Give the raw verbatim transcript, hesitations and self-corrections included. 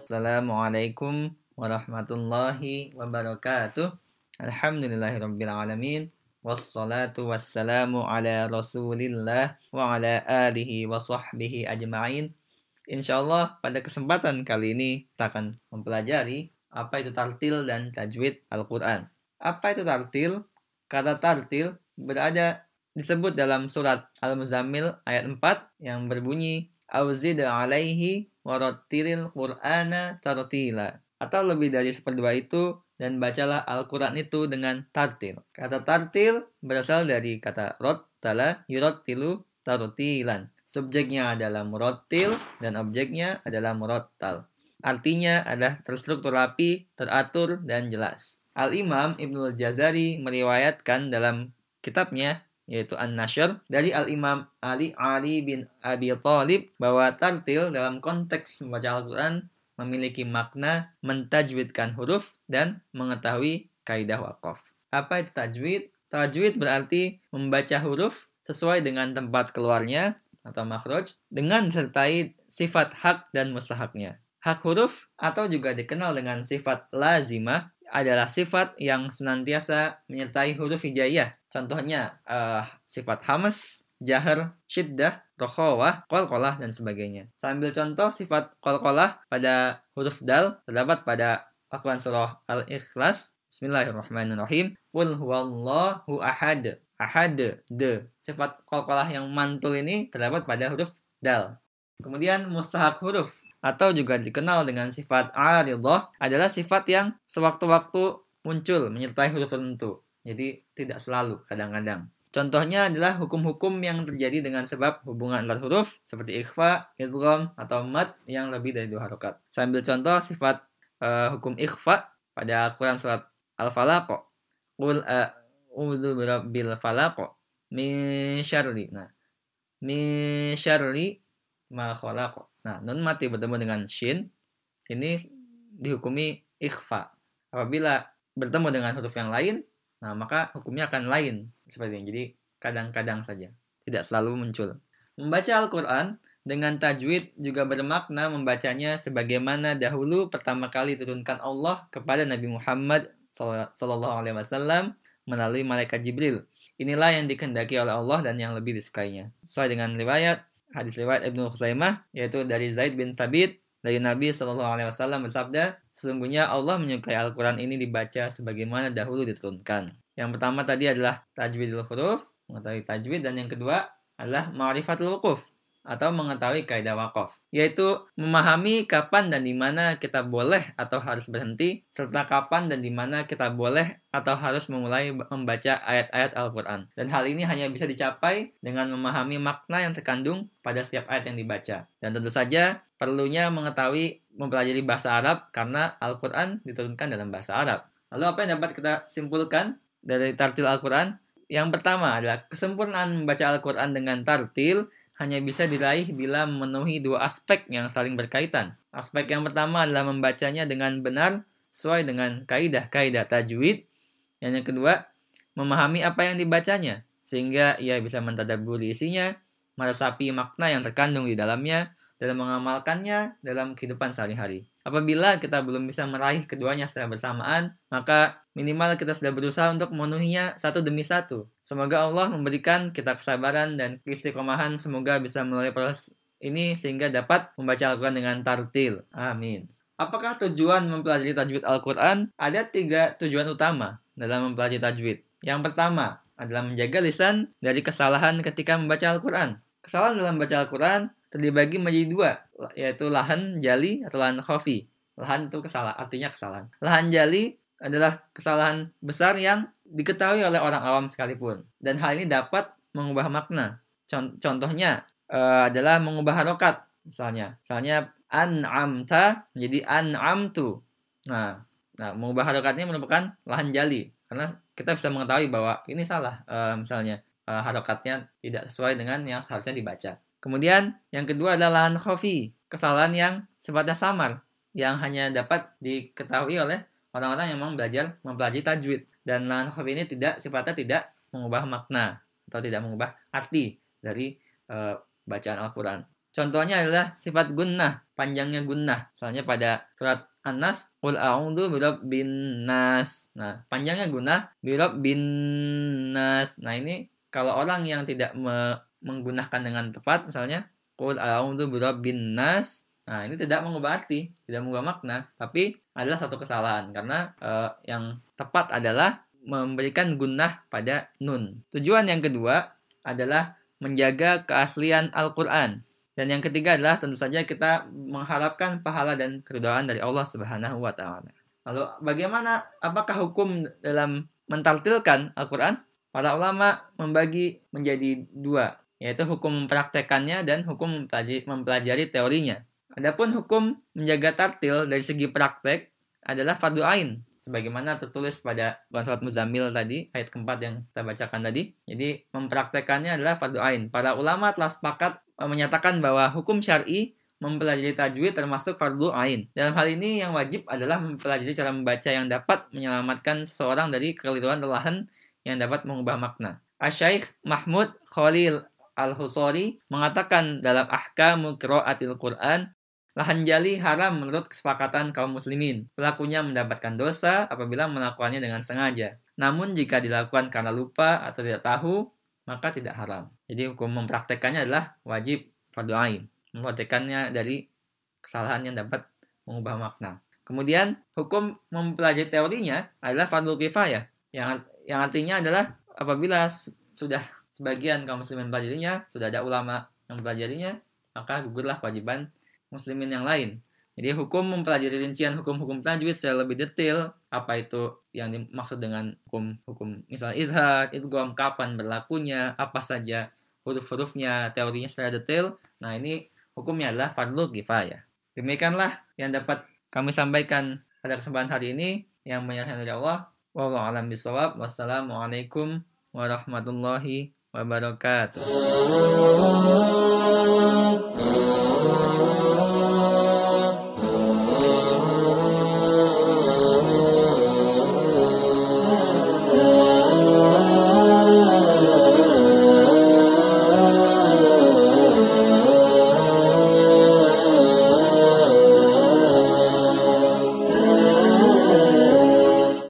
Assalamualaikum warahmatullahi wabarakatuh. Alhamdulillahirabbil alamin. Wassalatu wassalamu ala Rasulillah wa ala alihi wa sahbihi ajma'in. Insyaallah pada kesempatan kali ini kita akan mempelajari apa itu tartil dan tajwid Al-Qur'an. Apa itu tartil? Kata tartil berada disebut dalam surat Al-Muzammil ayat empat yang berbunyi Auzid alaihi warattilil Qur'ana tartila. Atau lebih dari seperdua itu dan bacalah Al-Quran itu dengan tartil. Kata tartil berasal dari kata rottala yurattilu tartilan. Subjeknya adalah murattil dan objeknya adalah murattal. Artinya adalah terstruktur rapi, teratur, dan jelas. Al-Imam Ibnul Jazari meriwayatkan dalam kitabnya yaitu An-Nashr dari Al-Imam Ali Ali bin Abi Thalib bahwa tartil dalam konteks membaca Al-Quran memiliki makna mentajwidkan huruf dan mengetahui kaidah waqaf. Apa itu tajwid? Tajwid berarti membaca huruf sesuai dengan tempat keluarnya atau makhraj dengan disertai sifat hak dan mustahaknya. Hak huruf atau juga dikenal dengan sifat lazimah adalah sifat yang senantiasa menyertai huruf hijaiyah. Contohnya uh, sifat hamas, jahar, syiddah, rokhawah, qalqalah, dan sebagainya. Sambil contoh sifat qalqalah pada huruf dal terdapat pada Al-Quran surah Al-Ikhlas. Bismillahirrahmanirrahim. Qul huwallahu ahad. Ahad, de. Sifat qalqalah yang mantul ini terdapat pada huruf dal. Kemudian mustahak huruf atau juga dikenal dengan sifat aridah adalah sifat yang sewaktu-waktu muncul menyertai huruf tertentu. Jadi tidak selalu, kadang-kadang. Contohnya adalah hukum-hukum yang terjadi dengan sebab hubungan antar huruf seperti ikhfa, idgham, atau mad yang lebih dari dua harokat. Sambil contoh sifat uh, hukum ikhfa pada Al-Quran surat Al-Falaq. Qul a'udzu birabbil falaq min syarri. Nah, min syarri ma khalaq. Nah, nun mati bertemu dengan shin ini dihukumi ikhfa. Apabila bertemu dengan huruf yang lain, nah maka hukumnya akan lain seperti ini. Jadi kadang-kadang saja, tidak selalu muncul. Membaca Al-Quran dengan tajwid juga bermakna membacanya sebagaimana dahulu pertama kali diturunkan Allah kepada Nabi Muhammad shallallahu alaihi wasallam melalui malaikat Jibril. Inilah yang dikehendaki oleh Allah dan yang lebih disukainya. Sesuai dengan riwayat hadis riwayat Ibnu Khuzaimah yaitu dari Zaid bin Thabit dari Nabi shallallahu alaihi wasallam bersabda, sesungguhnya Allah menyukai Al-Quran ini dibaca sebagaimana dahulu diturunkan. Yang pertama tadi adalah tajwidul huruf, mengetahui tajwid, dan yang kedua adalah ma'rifatul wuquf atau mengetahui kaidah waqaf, yaitu memahami kapan dan di mana kita boleh atau harus berhenti, serta kapan dan di mana kita boleh atau harus memulai membaca ayat-ayat Al-Quran. Dan hal ini hanya bisa dicapai dengan memahami makna yang terkandung pada setiap ayat yang dibaca. Dan tentu saja perlunya mengetahui mempelajari bahasa Arab karena Al-Quran diturunkan dalam bahasa Arab. Lalu apa yang dapat kita simpulkan dari tartil Al-Quran? Yang pertama adalah kesempurnaan membaca Al-Quran dengan tartil hanya bisa diraih bila memenuhi dua aspek yang saling berkaitan. Aspek yang pertama adalah membacanya dengan benar sesuai dengan kaidah-kaidah tajwid. Dan yang kedua, memahami apa yang dibacanya sehingga ia bisa mentadabburi isinya, meresapi makna yang terkandung di dalamnya, dan mengamalkannya dalam kehidupan sehari-hari. Apabila kita belum bisa meraih keduanya secara bersamaan, maka minimal kita sudah berusaha untuk memenuhinya satu demi satu. Semoga Allah memberikan kita kesabaran dan keistiqomahan, semoga bisa melalui proses ini sehingga dapat membaca Al-Quran dengan tartil. Amin. Apakah tujuan mempelajari tajwid Al-Quran? Ada tiga tujuan utama dalam mempelajari tajwid. Yang pertama adalah menjaga lisan dari kesalahan ketika membaca Al-Quran. Kesalahan dalam membaca Al-Quran dibagi menjadi dua, yaitu lahan jali atau lahan khafi. Lahan itu kesalahan, artinya kesalahan. Lahan jali adalah kesalahan besar yang diketahui oleh orang awam sekalipun. Dan hal ini dapat mengubah makna. Contohnya uh, adalah mengubah harokat. Misalnya, misalnya an'amta menjadi an'amtu. Nah, nah mengubah harokatnya merupakan lahan jali. Karena kita bisa mengetahui bahwa ini salah. Uh, misalnya, uh, harokatnya tidak sesuai dengan yang seharusnya dibaca. Kemudian yang kedua adalah lahan khafi, kesalahan yang sifatnya samar, yang hanya dapat diketahui oleh orang-orang yang memang belajar mempelajari tajwid. Dan lahan khafi ini tidak sifatnya tidak mengubah makna atau tidak mengubah arti dari e, bacaan Al-Quran. Contohnya adalah sifat gunnah, panjangnya gunnah. Misalnya pada surat An-Nas, Qul a'udzu birabbin nas. Nah, panjangnya gunnah birabbin nas. Nah, ini kalau orang yang tidak me- menggunakan dengan tepat, misalnya Qul a'udzu birabbin nas. Nah, ini tidak mengubah arti, tidak mengubah makna, tapi adalah satu kesalahan karena eh, yang tepat adalah memberikan gunnah pada nun. Tujuan yang kedua adalah menjaga keaslian Al-Qur'an. Dan yang ketiga adalah tentu saja kita mengharapkan pahala dan keridhaan dari Allah Subhanahu wa taala. Lalu bagaimana, apakah hukum dalam mentartilkan Al-Qur'an? Para ulama membagi menjadi dua, yaitu hukum mempraktekannya dan hukum mempelajari, mempelajari teorinya. Adapun hukum menjaga tartil dari segi praktek adalah fardu ain, sebagaimana tertulis pada surat Muzammil tadi, ayat keempat yang kita bacakan tadi. Jadi mempraktekannya adalah fardu ain. Para ulama telah sepakat menyatakan bahwa hukum syar'i mempelajari tajwid termasuk fardu ain. Dalam hal ini yang wajib adalah mempelajari cara membaca yang dapat menyelamatkan seseorang dari kekeliruan perlahan yang dapat mengubah makna. Asy-Syaikh Mahmud Khalil Al-Husari mengatakan dalam Ahkamu Qiraatil Qur'an, lahan jali haram menurut kesepakatan kaum muslimin. Pelakunya mendapatkan dosa apabila melakukannya dengan sengaja. Namun jika dilakukan karena lupa atau tidak tahu, maka tidak haram. Jadi hukum mempraktekannya adalah wajib fardu ain. Mempraktekannya dari kesalahan yang dapat mengubah makna. Kemudian hukum mempelajari teorinya adalah fardu kifayah. Yang yang artinya adalah apabila sudah sebagian kaum muslimin mempelajarinya, sudah ada ulama yang mempelajarinya, maka gugurlah kewajiban muslimin yang lain. Jadi hukum mempelajari rincian hukum-hukum tajwid secara lebih detail, apa itu yang dimaksud dengan hukum-hukum misalnya izhar, idgham, kapan berlakunya, apa saja huruf-hurufnya, teorinya secara detail. Nah, ini hukumnya adalah fardu kifayah. Demikianlah yang dapat kami sampaikan pada kesempatan hari ini, yang menyerahkan dari Allah. Wallahu a'lam bishawab. Wassalamualaikum warahmatullahi wabarakatuh.